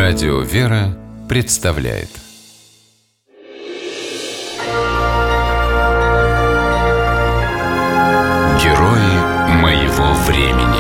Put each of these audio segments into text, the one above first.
Радио «Вера» представляет Герои моего времени.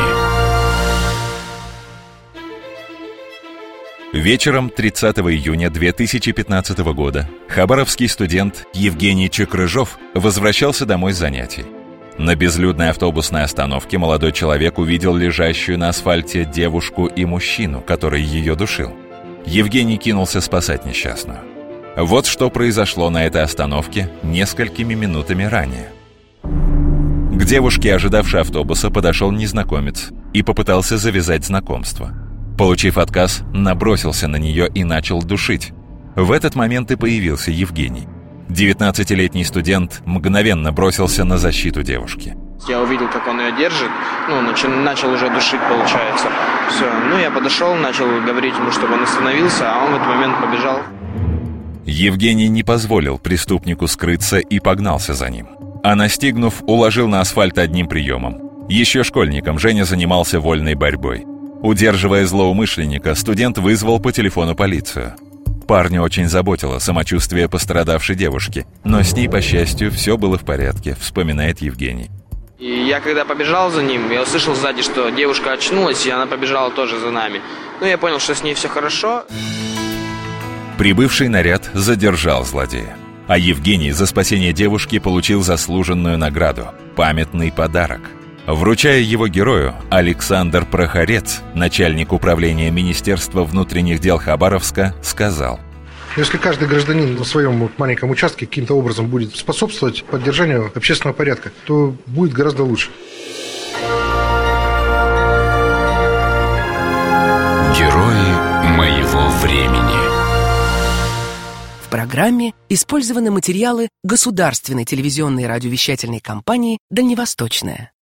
Вечером 30 июня 2015 года хабаровский студент Евгений Чекрыжов возвращался домой с занятий. На безлюдной автобусной остановке молодой человек увидел лежащую на асфальте девушку и мужчину, который ее душил. Евгений кинулся спасать несчастную. Вот что произошло на этой остановке несколькими минутами ранее. К девушке, ожидавшей автобуса, подошел незнакомец и попытался завязать знакомство. Получив отказ, набросился на нее и начал душить. В этот момент и появился Евгений. 19-летний студент мгновенно бросился на защиту девушки. Я увидел, как он ее держит, начал уже душить, получается. Все, я подошел, начал говорить ему, чтобы он остановился, а он в этот момент побежал. Евгений не позволил преступнику скрыться и погнался за ним. А настигнув, уложил на асфальт одним приемом. Еще школьником Женя занимался вольной борьбой. Удерживая злоумышленника, студент вызвал по телефону полицию. Парня очень заботило самочувствие пострадавшей девушки, но с ней, по счастью, все было в порядке, вспоминает Евгений. И я когда побежал за ним, я услышал сзади, что девушка очнулась, и она побежала тоже за нами. Я понял, что с ней все хорошо. Прибывший наряд задержал злодея. А Евгений за спасение девушки получил заслуженную награду – памятный подарок. Вручая его герою, Александр Прохорец, начальник управления Министерства внутренних дел Хабаровска, сказал: если каждый гражданин на своем маленьком участке каким-то образом будет способствовать поддержанию общественного порядка, то будет гораздо лучше. Герои моего времени. В программе использованы материалы Государственной телевизионной и радиовещательной компании «Дальневосточная».